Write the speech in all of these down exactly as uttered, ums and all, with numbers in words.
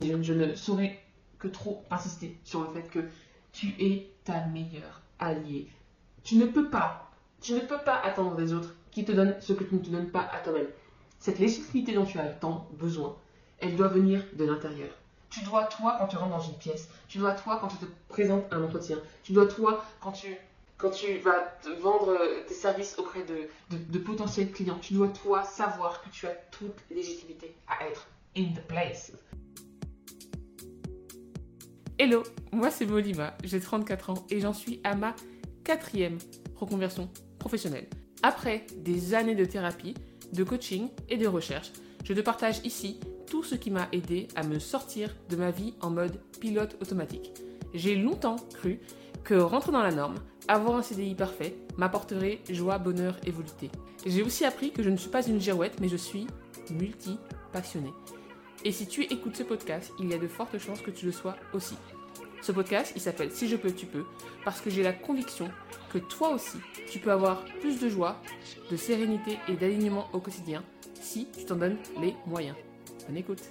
Je, je ne saurais que trop insister sur le fait que tu es ta meilleure alliée. Tu ne peux pas, tu ne peux pas attendre des autres qui te donnent ce que tu ne te donnes pas à toi-même. Cette légitimité dont tu as tant besoin, elle doit venir de l'intérieur. Tu dois, toi, quand tu rentres dans une pièce, tu dois, toi, quand tu te présentes à un entretien, tu dois, toi, quand tu, quand tu vas te vendre tes services auprès de, de, de potentiels clients, tu dois, toi, savoir que tu as toute légitimité à être in the place. Hello, moi c'est Molima, j'ai trente-quatre ans et j'en suis à ma quatrième reconversion professionnelle. Après des années de thérapie, de coaching et de recherche, je te partage ici tout ce qui m'a aidé à me sortir de ma vie en mode pilote automatique. J'ai longtemps cru que rentrer dans la norme, avoir un C D I parfait, m'apporterait joie, bonheur et volupté. J'ai aussi appris que je ne suis pas une girouette, mais je suis multi-passionnée. Et si tu écoutes ce podcast, il y a de fortes chances que tu le sois aussi. Ce podcast, il s'appelle « Si je peux, tu peux » parce que j'ai la conviction que toi aussi, tu peux avoir plus de joie, de sérénité et d'alignement au quotidien si tu t'en donnes les moyens. Bonne écoute.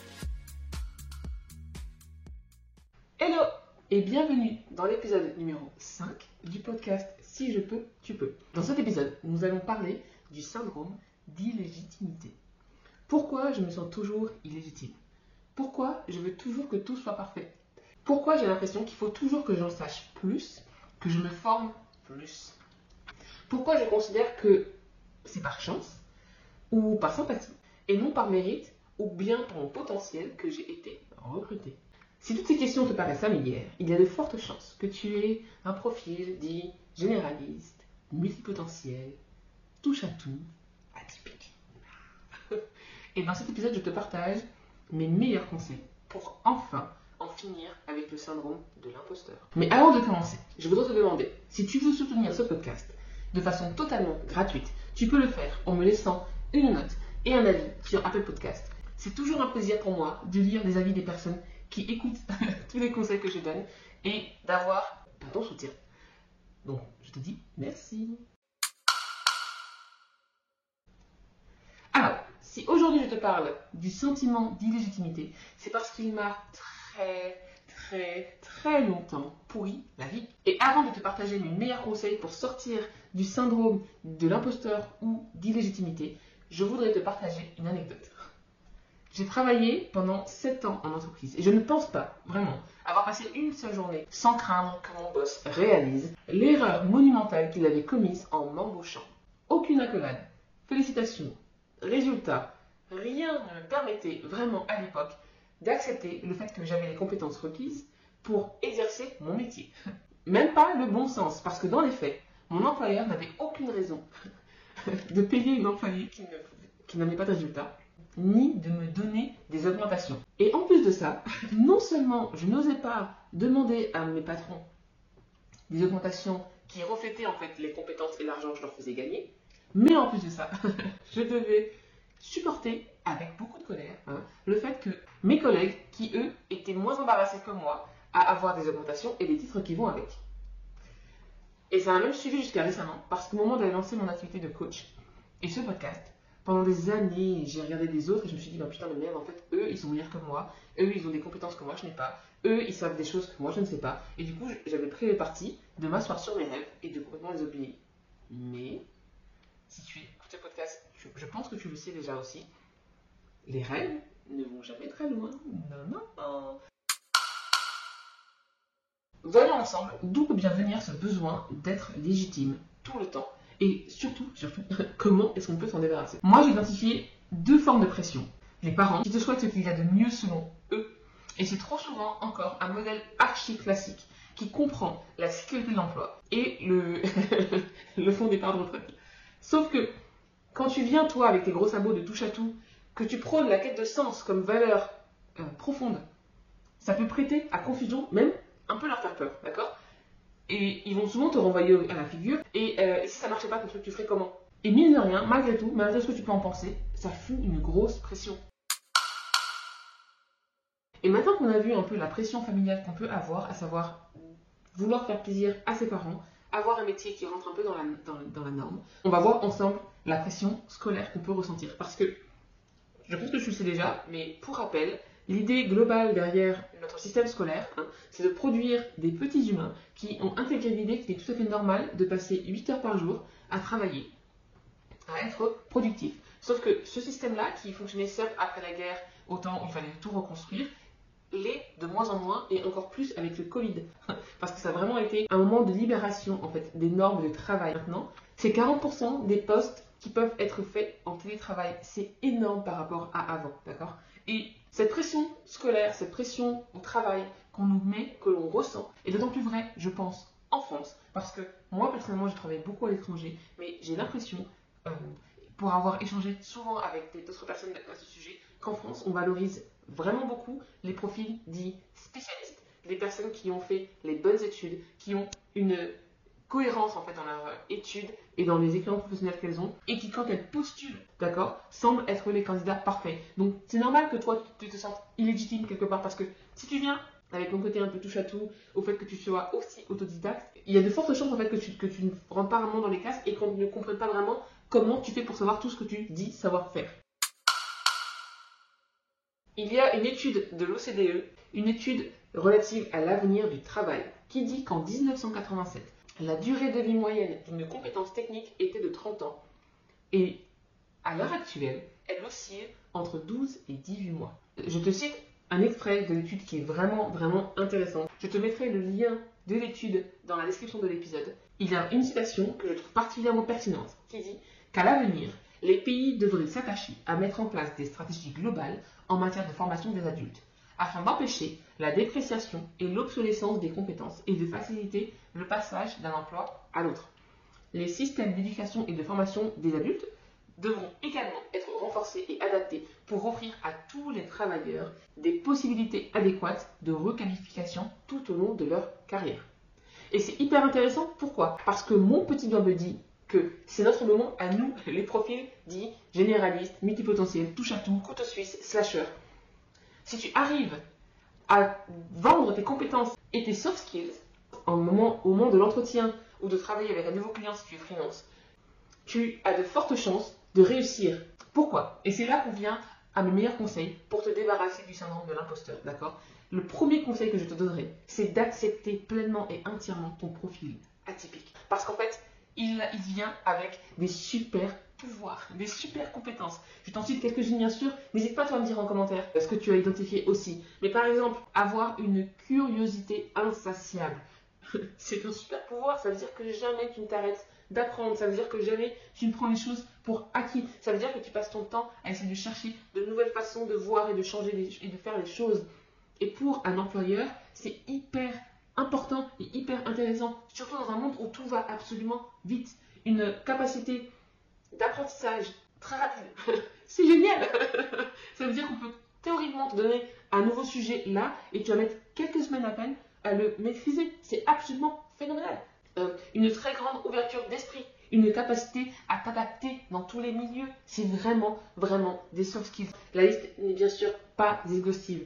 Hello et bienvenue dans l'épisode numéro cinq du podcast « Si je peux, tu peux ». Dans cet épisode, nous allons parler du syndrome d'illégitimité. Pourquoi je me sens toujours illégitime? Pourquoi je veux toujours que tout soit parfait? Pourquoi j'ai l'impression qu'il faut toujours que j'en sache plus, que je me forme plus? Pourquoi je considère que c'est par chance ou par sympathie et non par mérite ou bien par mon potentiel que j'ai été recruté? Si toutes ces questions te paraissent familières, il y a de fortes chances que tu aies un profil dit généraliste, multipotentiel, touche à tout, atypique. Et dans cet épisode, je te partage mes meilleurs conseils pour enfin en finir avec le syndrome de l'imposteur. Mais avant de commencer, je voudrais te demander, si tu veux soutenir ce podcast de façon totalement gratuite, tu peux le faire en me laissant une note et un avis sur Apple Podcast. C'est toujours un plaisir pour moi de lire les avis des personnes qui écoutent tous les conseils que je donne et d'avoir ton soutien. Donc, je te dis merci. Alors, si aujourd'hui je te parle du sentiment d'illégitimité, c'est parce qu'il m'a très, très, très longtemps pourri la vie. Et avant de te partager mes meilleurs conseils pour sortir du syndrome de l'imposteur ou d'illégitimité, je voudrais te partager une anecdote. J'ai travaillé pendant sept ans en entreprise et je ne pense pas, vraiment, avoir passé une seule journée sans craindre que mon boss réalise l'erreur monumentale qu'il avait commise en m'embauchant. Aucune accolade, félicitations. Résultat, rien ne me permettait vraiment à l'époque d'accepter le fait que j'avais les compétences requises pour exercer mon métier. Même pas le bon sens, parce que dans les faits, mon employeur n'avait aucune raison de payer une employée qui, ne, qui n'avait pas de résultat, ni de me donner des augmentations. Et en plus de ça, non seulement je n'osais pas demander à mes patrons des augmentations qui reflétaient en fait les compétences et l'argent que je leur faisais gagner, mais en plus de ça, je devais supporter avec beaucoup de colère hein, le fait que mes collègues, qui eux étaient moins embarrassés que moi à avoir des augmentations et les titres qui vont avec. Et ça m'a même suivi jusqu'à récemment, parce qu'au moment d'aller lancer mon activité de coach et ce podcast, pendant des années, j'ai regardé des autres et je me suis dit, bah putain de merde, en fait, eux, ils sont meilleurs que moi, eux, ils ont des compétences que moi, je n'ai pas, eux, ils savent des choses que moi, je ne sais pas. Et du coup, j'avais pris le parti de m'asseoir sur mes rêves et de complètement les oublier. Mais si tu écoutes ce podcast, je, je pense que tu le sais déjà aussi, les rêves ne vont jamais très loin. Non, non, non. Voyons ensemble d'où peut bien venir ce besoin d'être légitime tout le temps. Et surtout, surtout, comment est-ce qu'on peut s'en débarrasser? Moi, j'ai identifié deux formes de pression. Les parents qui te souhaitent ce qu'il y a de mieux selon eux. Et c'est trop souvent encore un modèle archi-classique qui comprend la sécurité de l'emploi et le, le fonds d'épargne de retraite. Sauf que quand tu viens, toi, avec tes gros sabots de touche à tout, que tu prônes la quête de sens comme valeur euh, profonde, ça peut prêter à confusion, même un peu leur faire peur, d'accord? Et ils vont souvent te renvoyer à la figure. Et, euh, et si ça ne marchait pas, ton truc, tu ferais comment? Et mine de rien, malgré tout, malgré ce que tu peux en penser, ça fout une grosse pression. Et maintenant qu'on a vu un peu la pression familiale qu'on peut avoir, à savoir vouloir faire plaisir à ses parents, avoir un métier qui rentre un peu dans la, dans, dans la norme, on va voir ensemble la pression scolaire qu'on peut ressentir. Parce que, je pense que tu le sais déjà, mais pour rappel, L'idée globale derrière notre système scolaire, hein, c'est de produire des petits humains qui ont intégré l'idée qu'il est tout à fait normal de passer huit heures par jour à travailler, à être productif. Sauf que ce système-là, qui fonctionnait certes après la guerre, au temps où il fallait tout reconstruire, l'est de moins en moins et encore plus avec le Covid. Parce que ça a vraiment été un moment de libération en fait des normes de travail. Maintenant, c'est quarante pour cent des postes qui peuvent être faits en télétravail. C'est énorme par rapport à avant, d'accord? Et cette pression scolaire, cette pression au travail qu'on nous met, que l'on ressent, est d'autant plus vrai, je pense, en France. Parce que moi, personnellement, j'ai travaillé beaucoup à l'étranger, mais j'ai l'impression, euh, pour avoir échangé souvent avec d'autres personnes à ce sujet, qu'en France, on valorise vraiment beaucoup les profils dits spécialistes, les personnes qui ont fait les bonnes études, qui ont une cohérence en fait dans leurs études et dans les expériences professionnelles qu'elles ont, et qui, quand elles postulent, d'accord, semblent être les candidats parfaits. Donc c'est normal que toi tu te sentes illégitime quelque part, parce que si tu viens avec ton côté un peu touche à tout, au fait que tu sois aussi autodidacte, il y a de fortes chances en fait que tu, que tu ne rentres pas vraiment dans les cases et qu'on ne comprenne pas vraiment comment tu fais pour savoir tout ce que tu dis savoir faire. Il y a une étude de l'O C D E, une étude relative à l'avenir du travail, qui dit qu'en mille neuf cent quatre-vingt-sept, la durée de vie moyenne d'une compétence technique était de trente ans. Et à l'heure actuelle, elle oscille entre douze et dix-huit mois. Je te cite un extrait de l'étude qui est vraiment, vraiment intéressant. Je te mettrai le lien de l'étude dans la description de l'épisode. Il y a une citation que je trouve particulièrement pertinente qui dit qu'à l'avenir, les pays devraient s'attacher à mettre en place des stratégies globales en matière de formation des adultes, afin d'empêcher la dépréciation et l'obsolescence des compétences et de faciliter le passage d'un emploi à l'autre. Les systèmes d'éducation et de formation des adultes devront également être renforcés et adaptés pour offrir à tous les travailleurs des possibilités adéquates de requalification tout au long de leur carrière. Et c'est hyper intéressant, pourquoi? Parce que mon petit doigt me dit que c'est notre moment à nous, les profils dits généralistes, multipotentiels, touche-à-tout, couteau suisse, slasher. Si tu arrives à vendre tes compétences et tes soft skills au moment, au moment de l'entretien ou de travailler avec un nouveau client si tu es freelance, tu as de fortes chances de réussir. Pourquoi? Et c'est là qu'on vient à mes meilleurs conseils pour te débarrasser du syndrome de l'imposteur, d'accord? Le premier conseil que je te donnerai, c'est d'accepter pleinement et entièrement ton profil atypique. Parce qu'en fait, il, il vient avec des super pouvoirs, des super compétences. Je t'en cite quelques-unes bien sûr, n'hésite pas toi à me dire en commentaire ce que tu as identifié aussi. Mais par exemple, avoir une curiosité insatiable. C'est un super pouvoir, ça veut dire que jamais tu ne t'arrêtes d'apprendre, ça veut dire que jamais tu ne prends les choses pour acquis, ça veut dire que tu passes ton temps à essayer de chercher de nouvelles façons de voir et de changer les, et de faire les choses. Et pour un employeur, c'est hyper important et hyper intéressant, surtout dans un monde où tout va absolument vite. Une capacité d'apprentissage très rapide, c'est génial. Ça veut dire qu'on peut théoriquement te donner un nouveau sujet là et tu vas mettre quelques semaines à peine à le maîtriser. C'est absolument phénoménal. Euh, une très grande ouverture d'esprit, une capacité à t'adapter dans tous les milieux. C'est vraiment, vraiment des soft skills. La liste n'est bien sûr pas exhaustive.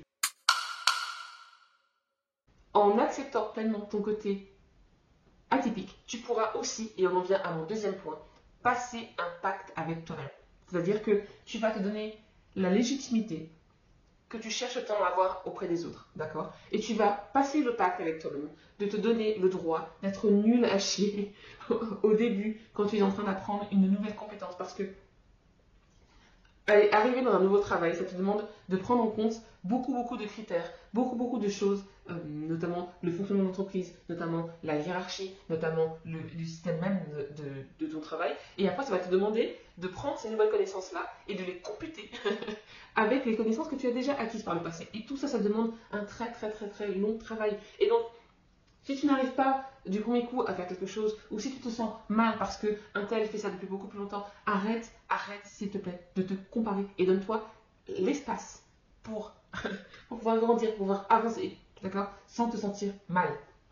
En acceptant pleinement ton côté atypique, tu pourras aussi, et on en vient à mon deuxième point, passer un pacte avec toi-même. C'est-à-dire que tu vas te donner la légitimité que tu cherches tant à avoir auprès des autres, d'accord? Et tu vas passer le pacte avec toi-même, de te donner le droit d'être nul à chier au début, quand tu es en train d'apprendre une nouvelle compétence. Parce que arriver dans un nouveau travail, ça te demande de prendre en compte beaucoup, beaucoup de critères, beaucoup, beaucoup de choses, euh, notamment le fonctionnement de l'entreprise, notamment la hiérarchie, notamment le, le système même de, de, de ton travail. Et après, ça va te demander de prendre ces nouvelles connaissances-là et de les computer avec les connaissances que tu as déjà acquises par le passé. Et tout ça, ça demande un très, très, très, très long travail. Et donc, si tu n'arrives pas du premier coup à faire quelque chose, ou si tu te sens mal parce qu'un tel fait ça depuis beaucoup plus longtemps, arrête, arrête s'il te plaît de te comparer et donne-toi l'espace pour, pour pouvoir grandir, pour pouvoir avancer, d'accord, sans te sentir mal.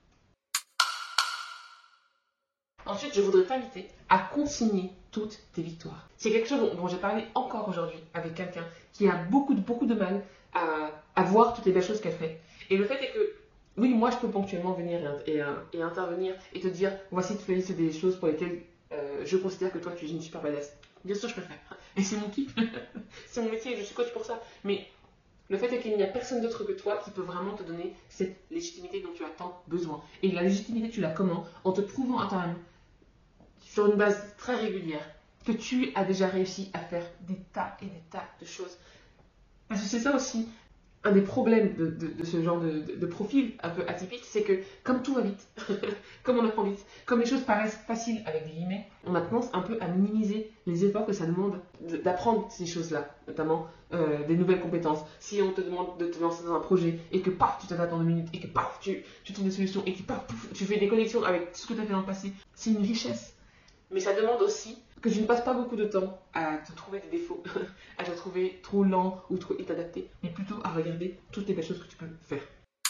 Ensuite, je voudrais t'inviter à consigner toutes tes victoires. C'est quelque chose dont, dont j'ai parlé encore aujourd'hui avec quelqu'un qui a beaucoup de, beaucoup de mal à, à voir toutes les belles choses qu'elle fait. Et le fait est que oui, moi je peux ponctuellement venir et, et, et intervenir et te dire voici toutes les listes des choses pour lesquelles euh, je considère que toi tu es une super badass. Bien sûr, je peux le faire. Et c'est mon kiff, c'est mon métier, je suis coach pour ça. Mais Le fait est qu'il n'y a personne d'autre que toi qui peut vraiment te donner cette légitimité dont tu as tant besoin. Et la légitimité, tu l'as comment? En te prouvant à toi-même, sur une base très régulière, que tu as déjà réussi à faire des tas et des tas de choses. Parce que c'est ça aussi, un des problèmes de, de, de ce genre de, de, de profil un peu atypique, c'est que comme tout va vite, comme on apprend vite, comme les choses paraissent faciles avec des guillemets, on a tendance un peu à minimiser les efforts que ça demande de, d'apprendre ces choses-là, notamment euh, des nouvelles compétences. Si on te demande de te lancer dans un projet et que paf, tu t'adaptes en deux minutes et que paf, tu, tu trouves des solutions et que paf, pouf, tu fais des connexions avec ce que tu as fait dans le passé, c'est une richesse. Mais ça demande aussi que tu ne passes pas beaucoup de temps à te trouver des défauts, à te trouver trop lent ou trop inadapté, mais plutôt à regarder toutes les belles choses que tu peux faire.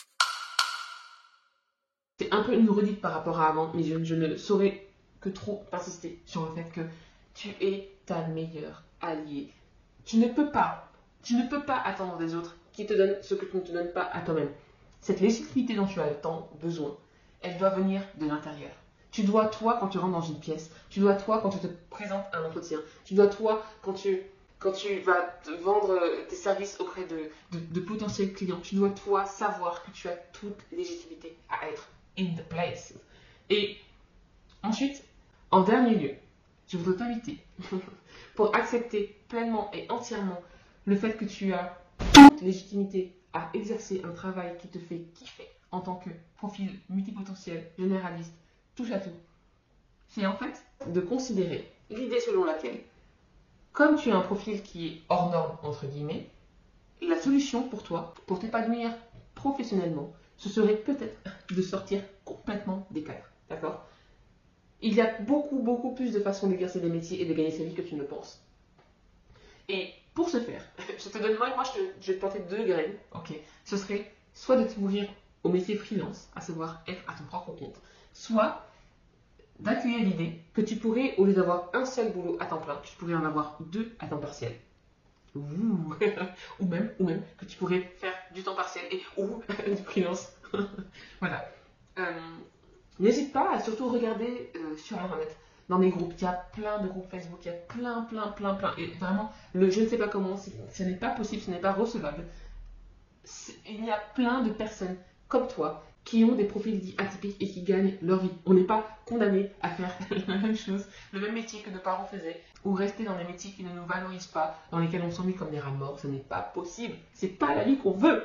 C'est un peu une redite par rapport à avant, mais je, je ne saurais que trop insister sur le fait que tu es ta meilleure alliée. Tu ne peux pas, tu ne peux pas attendre des autres qui te donnent ce que tu ne te donnes pas à toi-même. Cette légitimité dont tu as tant besoin, elle doit venir de l'intérieur. Tu dois toi quand tu rentres dans une pièce, tu dois toi quand tu te présentes à un entretien, tu dois toi quand tu, quand tu vas te vendre tes services auprès de, de, de potentiels clients, tu dois toi savoir que tu as toute légitimité à être in the place. Et ensuite, en dernier lieu, je voudrais t'inviter pour accepter pleinement et entièrement le fait que tu as toute légitimité à exercer un travail qui te fait kiffer en tant que profil multipotentiel, généraliste, touche à tout. C'est en fait de considérer l'idée selon laquelle, comme tu as un profil qui est hors norme, entre guillemets, la solution pour toi, pour t'épanouir professionnellement, ce serait peut-être de sortir complètement des cadres. D'accord? Il y a beaucoup, beaucoup plus de façons d'exercer des métiers et de gagner sa vie que tu ne le penses. Et pour ce faire, je te donne, moi, moi je, te, je vais te planter deux graines. Ok. Ce serait soit de t'ouvrir au métier freelance, à savoir être à ton propre compte, soit d'accueillir l'idée que tu pourrais, au lieu d'avoir un seul boulot à temps plein, tu pourrais en avoir deux à temps partiel. Ouh. ou, même, ou même que tu pourrais faire du temps partiel et ou du freelance. Voilà. Euh, n'hésite pas à surtout regarder euh, sur Internet, dans des groupes. Il y a plein de groupes Facebook, il y a plein, plein, plein, plein. Et vraiment, le je ne sais pas comment, ce n'est pas possible, ce n'est pas recevable. C'est, il y a plein de personnes comme toi qui ont des profils dits atypiques et qui gagnent leur vie. On n'est pas condamné à faire la même chose, le même métier que nos parents faisaient, ou rester dans des métiers qui ne nous valorisent pas, dans lesquels on s'ennuie comme des rats morts. Ce n'est pas possible. C'est pas la vie qu'on veut.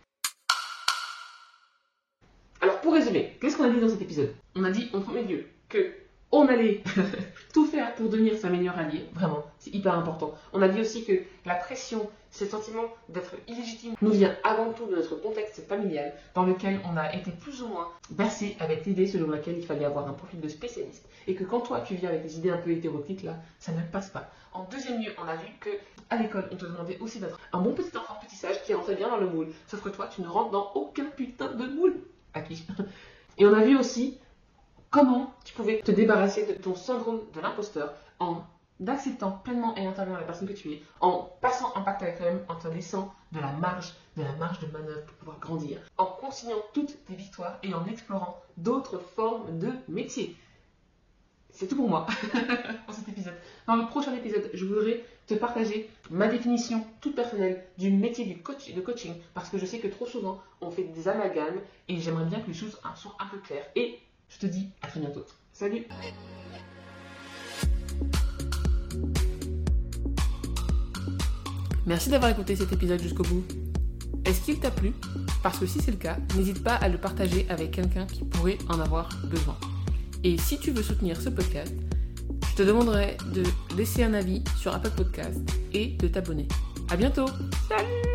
Alors pour résumer, qu'est-ce qu'on a dit dans cet épisode? On a dit en premier lieu que on allait tout faire pour devenir sa meilleure alliée, vraiment, c'est hyper important. On a dit aussi que la pression, ce sentiment d'être illégitime, nous vient avant tout de notre contexte familial, dans lequel on a été plus ou moins bercé avec l'idée selon laquelle il fallait avoir un profil de spécialiste, et que quand toi tu viens avec des idées un peu hétéroclites là, ça ne passe pas. En deuxième lieu, on a vu que à l'école, on te demandait aussi d'être un bon petit enfant petit sage qui rentrait bien dans le moule, sauf que toi, tu ne rentres dans aucun putain de moule. À qui? Et on a vu aussi comment tu pouvais te débarrasser de ton syndrome de l'imposteur en acceptant pleinement et entièrement la personne que tu es, en passant un pacte avec toi-même, en te laissant de la marge, de la marge de manœuvre pour pouvoir grandir, en consignant toutes tes victoires et en explorant d'autres formes de métiers. C'est tout pour moi pour cet épisode. Dans le prochain épisode, je voudrais te partager ma définition toute personnelle du métier du coach, de coaching, parce que je sais que trop souvent, on fait des amalgames et j'aimerais bien que les choses soient un peu claires. Et je te dis à très bientôt. Salut! Merci d'avoir écouté cet épisode jusqu'au bout. Est-ce qu'il t'a plu? Parce que si c'est le cas, n'hésite pas à le partager avec quelqu'un qui pourrait en avoir besoin. Et si tu veux soutenir ce podcast, je te demanderai de laisser un avis sur Apple Podcast et de t'abonner. À bientôt! Salut!